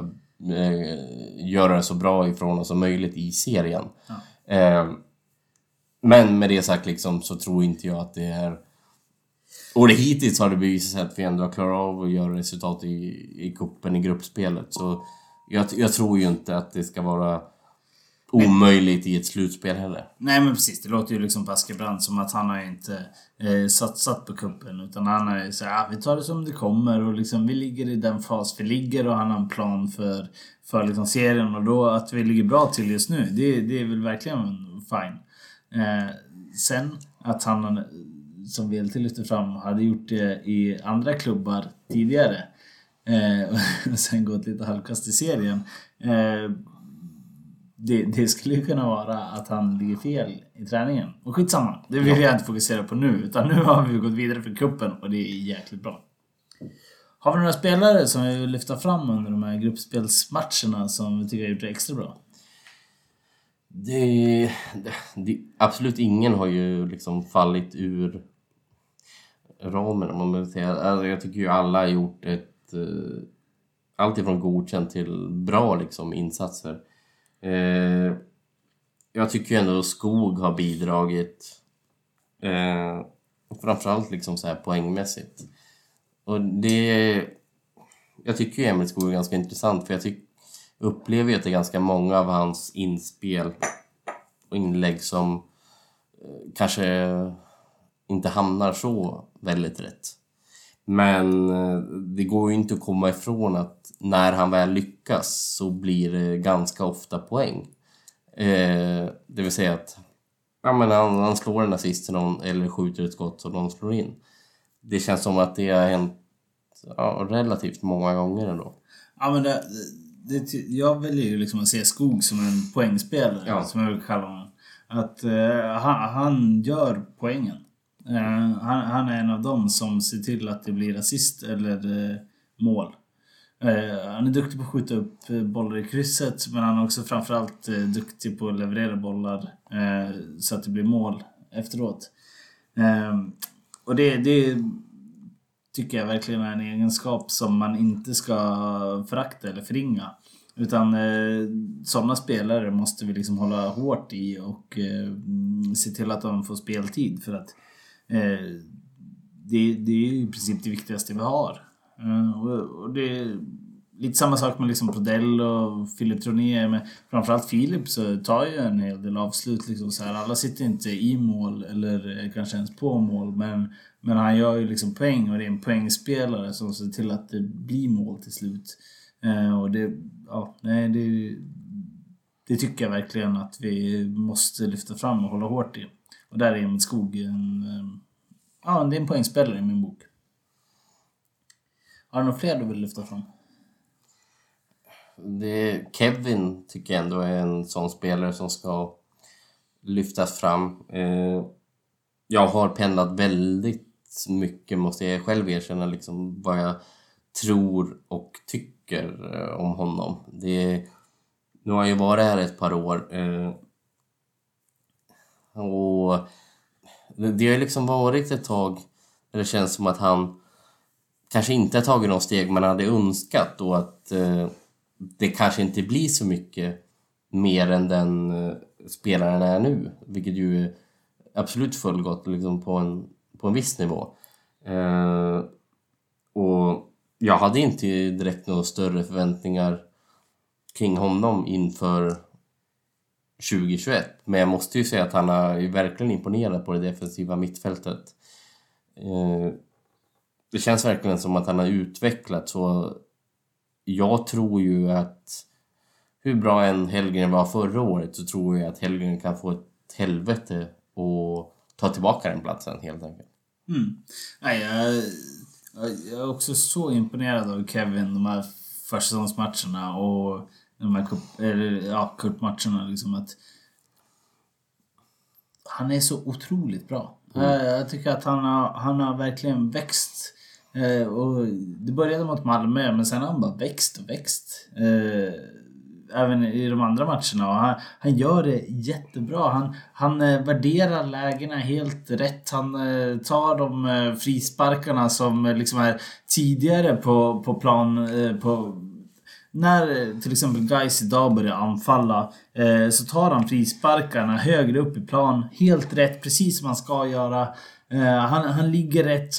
göra det så bra ifrån oss som möjligt i serien. Ja. Men med det sagt liksom, så tror inte jag att det är... Och det hittills har det bevisat sig att vi ändå har klarat av att göra resultat i kuppen i gruppspelet. Så jag tror ju inte att det ska vara omöjligt i ett slutspel heller. Nej, men precis. Det låter ju liksom på Askebrand som att han har inte satsat på kuppen, utan han har så vi tar det som det kommer, och liksom vi ligger i den fas vi ligger, och han har en plan för liksom serien, och då att vi ligger bra till just nu, det är väl verkligen fine. Sen att han som VLT lyfter fram hade gjort det i andra klubbar tidigare och sen gått lite halvkast i serien. Det skulle ju kunna vara att han ligger fel i träningen. Och skitsamma, det vill jag inte fokusera på nu. Utan nu har vi gått vidare för kuppen och det är jäkligt bra. Har vi några spelare som vi vill lyfta fram under de här gruppspelsmatcherna som vi tycker har gjort det extra bra? Absolut ingen har ju liksom fallit ur ramen, om man vill säga. Alltså, jag tycker ju alla har gjort allt ifrån godkänt till bra liksom insatser. Jag tycker ju ändå Skog har bidragit framförallt liksom så här poängmässigt. Och jag tycker ju Emil Skog är ganska intressant, för jag upplever ju att det är ganska många av hans inspel och inlägg som kanske inte hamnar så väldigt rätt. Men det går ju inte att komma ifrån att när han väl lyckas så blir det ganska ofta poäng. Det vill säga att han slår en assist till någon eller skjuter ett skott som någon slår in. Det känns som att det har hänt relativt många gånger ändå. Ja, men jag väljer ju liksom att se Skog som en poängspelare, som jag vill kalla honom. Att han gör poängen. Han är en av dem som ser till att det blir assist eller mål. Han är duktig på att skjuta upp bollar i krysset, men han är också framförallt duktig på att leverera bollar så att det blir mål efteråt. Och det tycker jag verkligen är en egenskap som man inte ska förakta eller förringa. Utan sådana spelare måste vi liksom hålla hårt i och se till att de får speltid, för att det är i princip det viktigaste vi har. Och det är lite samma sak med liksom Prodell och Filip Troné, men framförallt Filip så tar ju en hel del avslut liksom så här. Alla sitter inte i mål eller kanske ens på mål, men han gör ju liksom poäng, och det är en poängspelare som ser till att det blir mål till slut. Och det tycker jag verkligen att vi måste lyfta fram och hålla hårt i. Och där är Emil Skog det är en poängspelare i min bok. Har du några fler du vill lyfta fram? Kevin tycker jag ändå är en sån spelare som ska lyftas fram. Jag har pendlat väldigt mycket, måste jag själv erkänna, liksom vad jag tror och tycker om honom. Nu har jag ju varit här ett par år och det har liksom varit ett tag där det känns som att han kanske inte har tagit någon steg man hade önskat, och att det kanske inte blir så mycket mer än den spelaren är nu, vilket ju är absolut fullgott liksom på en viss nivå. Och jag hade inte direkt några större förväntningar kring honom inför 2021, men jag måste ju säga att han har ju verkligen imponerat på det defensiva mittfältet. Det känns verkligen som att han har utvecklats, så jag tror ju att hur bra en Hellgren var förra året, så tror jag att Hellgren kan få ett helvete och ta tillbaka den platsen helt enkelt. Nej, jag är också så imponerad av Kevin de här försäsongsmatcherna och de här cupmatcherna liksom, att han är så otroligt bra. Jag tycker att han har verkligen växt. Och det började mot Malmö, men sen har han bara växt. Även i de andra matcherna. Och han gör det jättebra. Han värderar lägena helt rätt. Han tar de frisparkarna som liksom är tidigare på plan. När till exempel Gais idag börjar anfalla, så tar han frisparkarna högre upp i plan. Helt rätt, precis som han ska göra. Han ligger rätt.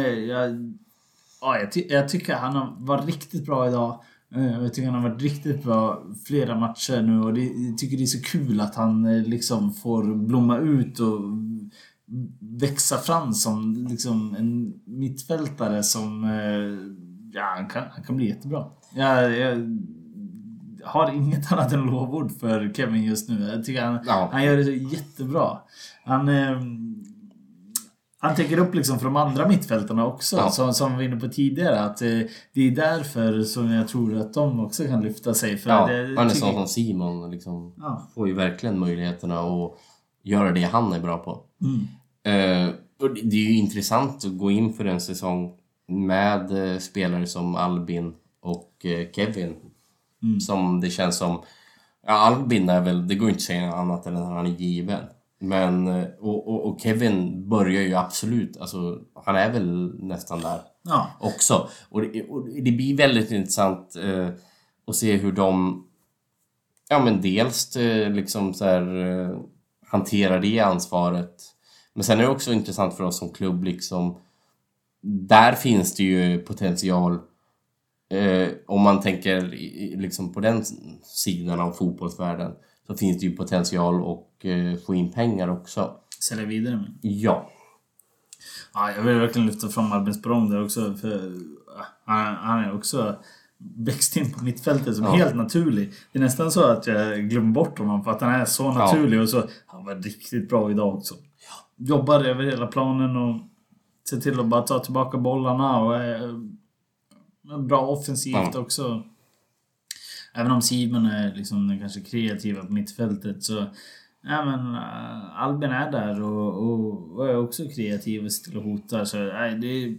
Jag tycker han har varit riktigt bra idag. Jag tycker han har varit riktigt bra flera matcher nu. Och jag tycker det är så kul att han liksom får blomma ut och växa fram som liksom en mittfältare som han kan bli jättebra. Jag har inget annat än lovord för Kevin just nu. Jag tycker han gör det jättebra. Han tänker upp liksom för de andra mittfältarna också, som vi var inne på tidigare, att det är därför som jag tror att de också kan lyfta sig. För han är sån som Simon liksom, får ju verkligen möjligheterna att göra det han är bra på. Och det är ju intressant att gå in för en säsong med spelare som Albin och Kevin. Som det känns som... Ja, Albin är väl... Det går inte att säga annat än att han är given. Men... Och Kevin börjar ju absolut... Alltså, han är väl nästan där också. Och det blir väldigt intressant att se hur de... Ja, men dels liksom så här... hanterar det ansvaret. Men sen är det också intressant för oss som klubb liksom... Där finns det ju potential... om man tänker liksom på den sidan av fotbollsvärlden, så finns det ju potential och få in pengar också. Sälja vidare med. Ja. Ja, jag vill verkligen lyfta fram Albin Sprong där också, för han är också växt in på mittfältet som helt naturlig. Det är nästan så att jag glömmer bort honom för att han är så naturlig och så han var riktigt bra idag också. Jobbar över hela planen och ser till att bara ta tillbaka bollarna och bra offensivt också. Även om Simon är liksom kanske kreativa på mittfältet, så Albin är där och är också kreativ och till och hotar. Så det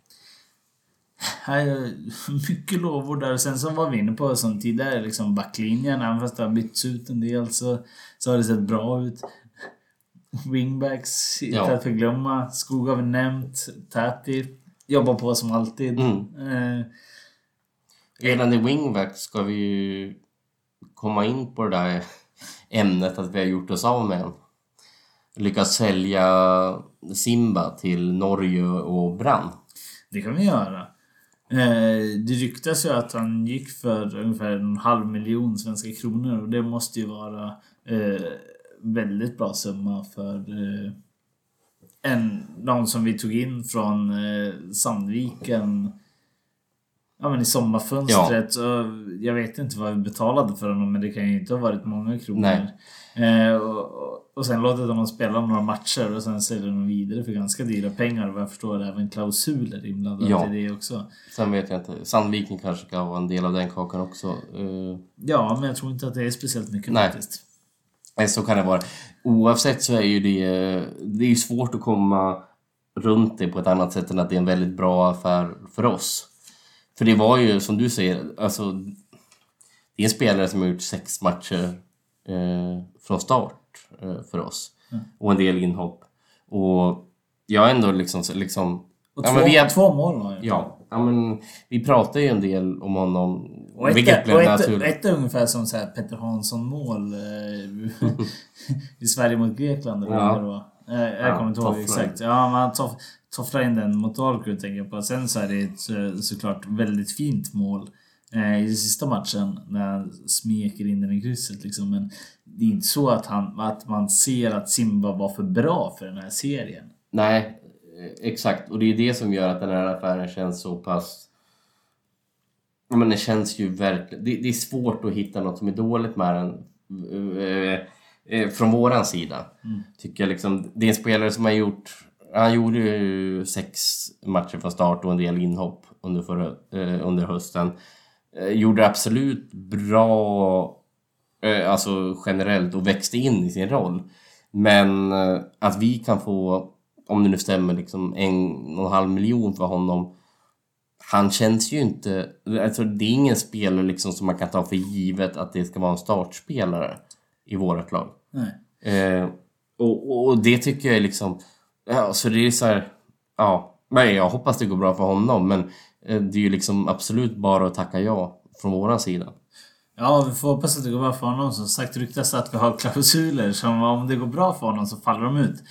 är mycket lovord där. Sen som var vi inne på som tidigare, liksom backlinjen, även fast det har bytts ut en del så har det sett bra ut. Wingbacks, inte att förglömma. Skog har vi nämnt. Tati jobbar på som alltid. Redan i wingback ska vi ju komma in på det där ämnet att vi har gjort oss av med en. Lyckas sälja Simba till Norge och Brann. Det kan vi göra. Det ryktas ju att han gick för ungefär 500 000 svenska kronor, och det måste ju vara väldigt bra summa för någon som vi tog in från Sandviken i sommarfönstret. Så jag vet inte vad vi betalade för honom, men det kan ju inte ha varit många kronor. Och sen låter de spela några matcher och sen säljer de vidare för ganska dyra pengar, och vad jag förstår även klausuler inblandade i det också. Sen vet jag inte, Sandviken kanske kan vara en del av den kakan också. Ja, men jag tror inte att det är speciellt mycket faktiskt. Så kan det vara. Oavsett så är ju det är ju svårt att komma runt det på ett annat sätt än att det är en väldigt bra affär för oss. För det var ju, som du säger, alltså, det är en spelare som har gjort 6 matcher från start för oss. Och en del inhopp. Och jag ändå liksom och vi har 2 mål. Men vi pratar ju en del om honom. Och ett är ungefär som så här Petter Hansson-mål i Sverige mot Grekland. Jag kommer inte ihåg exakt. Ja, man tofflar in den mot Dalkurd, tänker jag på. Sen så är det ett såklart väldigt fint mål i sista matchen när han smeker in den i krysset liksom. Men det är inte så att man ser att Simba var för bra för den här serien. Nej, exakt. Och det är det som gör att den här affären känns så pass... Men det känns ju verkligen... Det är svårt att hitta något som är dåligt med den från våran sida. Tycker jag liksom. Det är en spelare som har gjort... Han gjorde ju 6 matcher från start och en del inhopp under hösten. Gjorde absolut bra alltså generellt och växte in i sin roll. Men att vi kan få, om det nu stämmer, liksom 1,5 miljon för honom. Han känns ju inte... Alltså det är ingen spelare liksom som man kan ta för givet att det ska vara en startspelare i vårat lag. Nej. Och det tycker jag är liksom... Ja, så det är så här... Ja, men jag hoppas det går bra för honom. Men det är ju liksom absolut bara att tacka ja från våran sida. Ja, vi får hoppas att det går bra för honom. Som sagt ryktas att vi har klausuler som om det går bra för honom så faller de ut.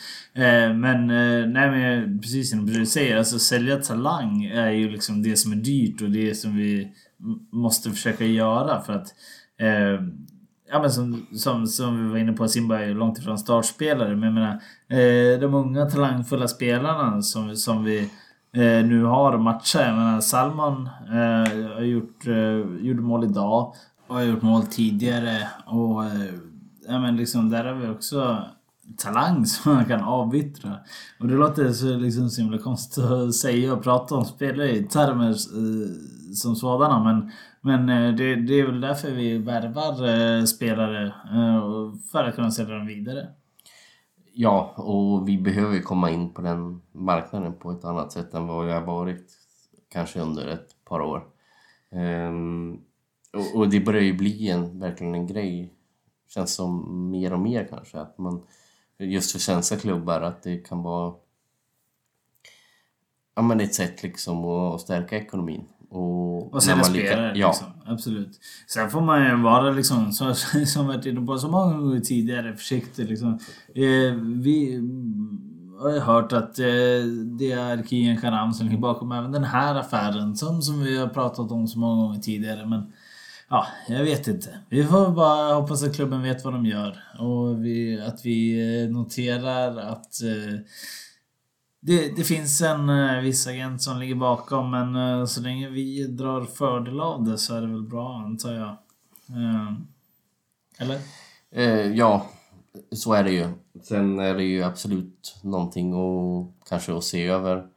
Men precis som du säger, alltså sälja talang är ju liksom det som är dyrt och det som vi måste försöka göra för att men som vi var inne på, Simba är ju långt ifrån startspelare, men jag menar de unga talangfulla spelarna som vi nu har matcher. Jag menar Salman har gjort mål idag och har gjort mål tidigare och men liksom där har vi också talang som man kan avyttra. Och det låter så liksom så himla konstigt att säga och prata om spelare i termer som sådana, men det är väl därför vi värvar spelare för att kunna sälja dem vidare. Ja, och vi behöver komma in på den marknaden på ett annat sätt än vad vi har varit kanske under ett par år. Och det börjar ju bli verkligen en grej, känns som mer och mer kanske, att man just för svenska klubbar att det kan vara ett sätt liksom att stärka ekonomin. Och sen spelare liksom. Absolut. Sen får man ju vara liksom som varit inne på så många gånger tidigare försiktig liksom. Vi har ju hört att det är Kian Karam som ligger bakom även den här affären som vi har pratat om så många gånger tidigare, men ja, jag vet inte. Vi får bara hoppas att klubben vet vad de gör och att vi noterar att det finns en viss agent som ligger bakom, men så länge vi drar fördel av det så är det väl bra, antar jag. Eller? Ja, så är det ju. Sen är det ju absolut någonting kanske att se över.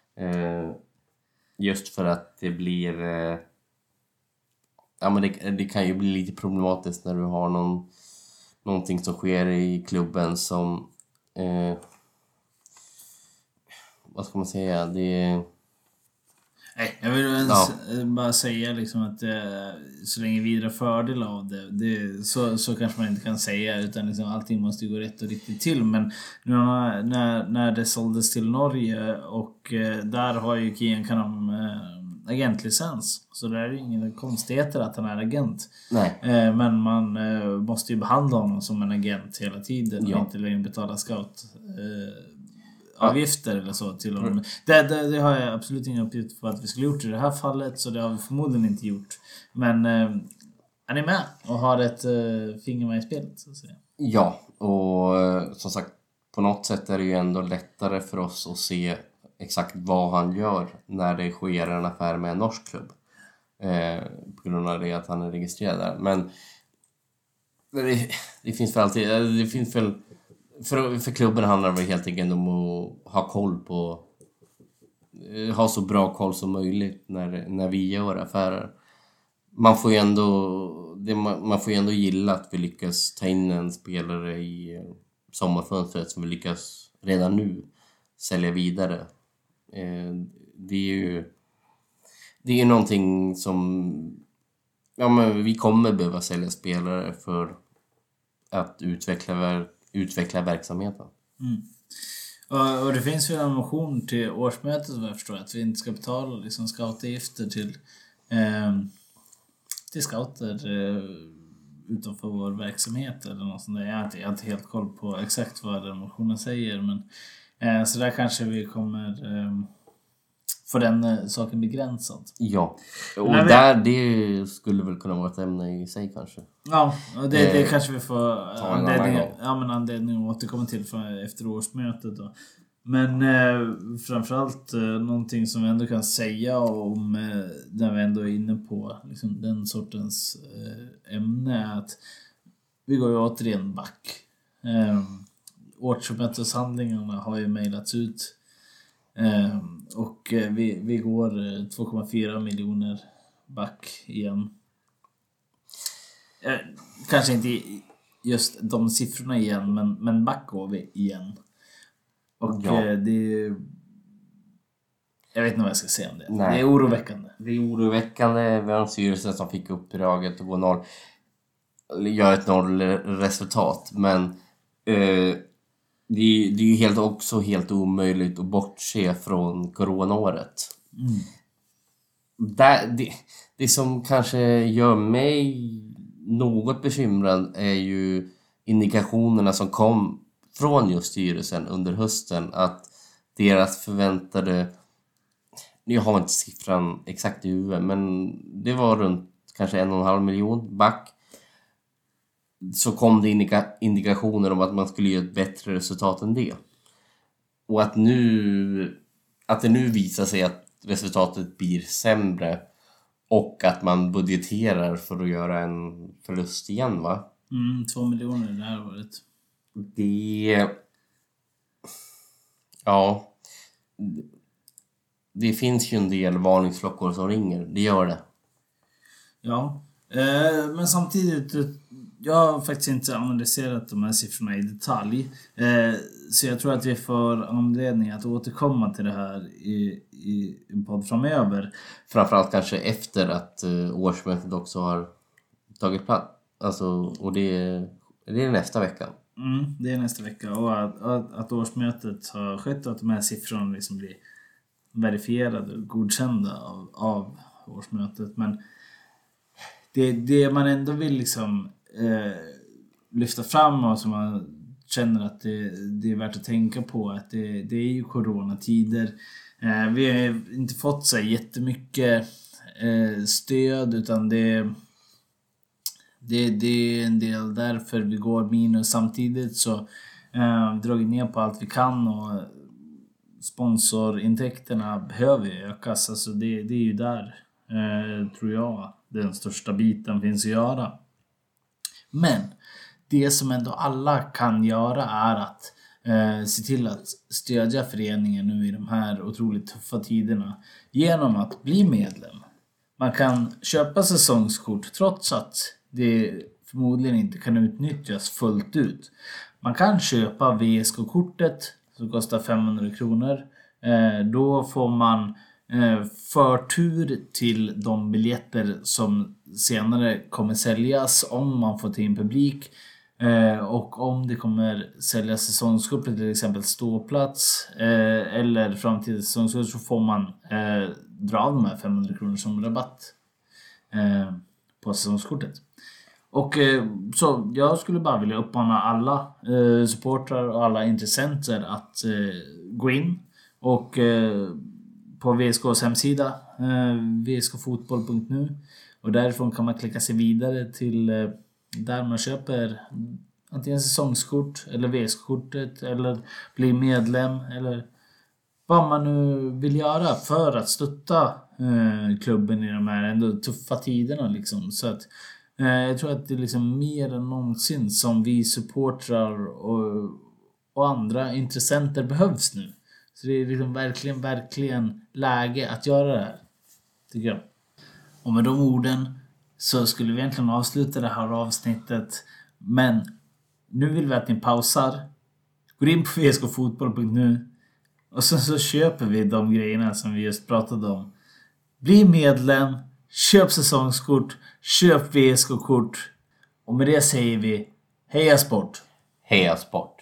Just för att det blir... det kan ju bli lite problematiskt när du har någonting som sker i klubben som... vad ska man säga? Nej, jag vill bara säga liksom att så länge vi drar fördel av det så kanske man inte kan säga, utan liksom allting måste ju gå rätt och riktigt till. Men när det såldes till Norge och där har ju Kian Karam agentlicens, så det är ju ingen konstigheter att han är agent. Nej. Men man måste ju behandla honom som en agent hela tiden och inte längre betala scout avgifter eller så till honom. Det har jag absolut ingen uppgift för att vi skulle gjort i det här fallet, så det har vi förmodligen inte gjort. Men är ni med och har ett finger med i spelet, så att säga? Ja, och som sagt, på något sätt är det ju ändå lättare för oss att se exakt vad han gör när det sker en affär med en norsk klubb. På grund av det att han är registrerad där. Men det finns för alltid... Det finns väl... För klubben handlar det helt enkelt om att ha koll på... Ha så bra koll som möjligt när vi gör affärer. Man får ju ändå gilla att vi lyckas ta in en spelare i sommarfönstret som vi lyckas redan nu sälja vidare. Det är ju någonting som... Ja, men vi kommer behöva sälja spelare för att utveckla verksamheten. Och det finns ju en motion till årsmötet, som jag förstår, att vi inte ska betala liksom scoutavgifter till scouter utanför vår verksamhet eller något sånt där. Jag har inte helt koll på exakt vad den motionen säger, men så där kanske vi kommer få den saken begränsad. Ja, och det skulle väl kunna vara ett ämne i sig kanske. Ja, och det kanske vi får anledning att återkomma till efter årsmötet då. Men framförallt någonting som vi ändå kan säga om när vi ändå är inne på liksom, den sortens ämne är att vi går ju återigen back. Årsmöteshandlingarna har ju mejlats ut. Och vi går 2,4 miljoner back igen. Kanske inte just de siffrorna igen, men back går vi igen. Och jag vet inte vad jag ska säga om det. Nej. Det är oroväckande. Vi har en styrelse som fick uppdraget att gå göra ett nollresultat, men det är ju helt omöjligt att bortse från coronaåret. Det som kanske gör mig något bekymrad är ju indikationerna som kom från just styrelsen under hösten, att deras förväntade, jag har inte siffran exakt i huvudet, men det var runt kanske 1,5 miljon back. Så kom det indikationer om att man skulle göra ett bättre resultat än det. Och att det nu visar sig att resultatet blir sämre och att man budgeterar för att göra en förlust igen, va? 2 miljoner det här året. Ja. Det finns ju en del varningsklockor som ringer. Det gör det. Ja. Men samtidigt, jag har faktiskt inte analyserat de här siffrorna i detalj. Så jag tror att vi får anledning att återkomma till det här i en podd framöver. Framförallt kanske efter att årsmötet också har tagit plats. Alltså, och det är nästa vecka. Det är nästa vecka. Och att årsmötet har skett och att de här siffrorna liksom blir verifierade och godkända av årsmötet. Men det man ändå vill liksom lyfta fram och som man känner att det är värt att tänka på, att det är ju coronatider. Vi har inte fått så jättemycket stöd, utan det är en del därför vi går minus. Samtidigt så dragit ner på allt vi kan, och sponsorintäkterna behöver ökas. Alltså det är ju där, tror jag, den största biten finns att göra. Men det som ändå alla kan göra är att se till att stödja föreningen nu i de här otroligt tuffa tiderna genom att bli medlem. Man kan köpa säsongskort trots att det förmodligen inte kan utnyttjas fullt ut. Man kan köpa VSK-kortet som kostar 500 kronor. Då får man förtur till de biljetter som senare kommer säljas om man får till en publik. Och om det kommer säljas säsongskort, till exempel ståplats eller framtida säsongskort, så får man dra av de här 500 kronor som rabatt på säsongskortet. Och så jag skulle bara vilja uppmana alla supportrar och alla intressenter att gå in och på VSKs hemsida vskfotboll.nu, och därifrån kan man klicka sig vidare till där man köper antingen säsongskort eller VSK-kortet eller bli medlem eller vad man nu vill göra för att stötta klubben i de här ändå tuffa tiderna liksom. Så att jag tror att det är liksom mer än någonsin som vi supportrar och andra intressenter behövs nu. Så det är liksom verkligen läge att göra det här, tycker jag. Och med de orden så skulle vi egentligen avsluta det här avsnittet. Men nu vill vi att ni pausar, går in på vskfotboll.nu och så köper vi de grejerna som vi just pratade om. Bli medlem, köp säsongskort, köp VSK-kort. Och med det säger vi heja sport! Heja sport!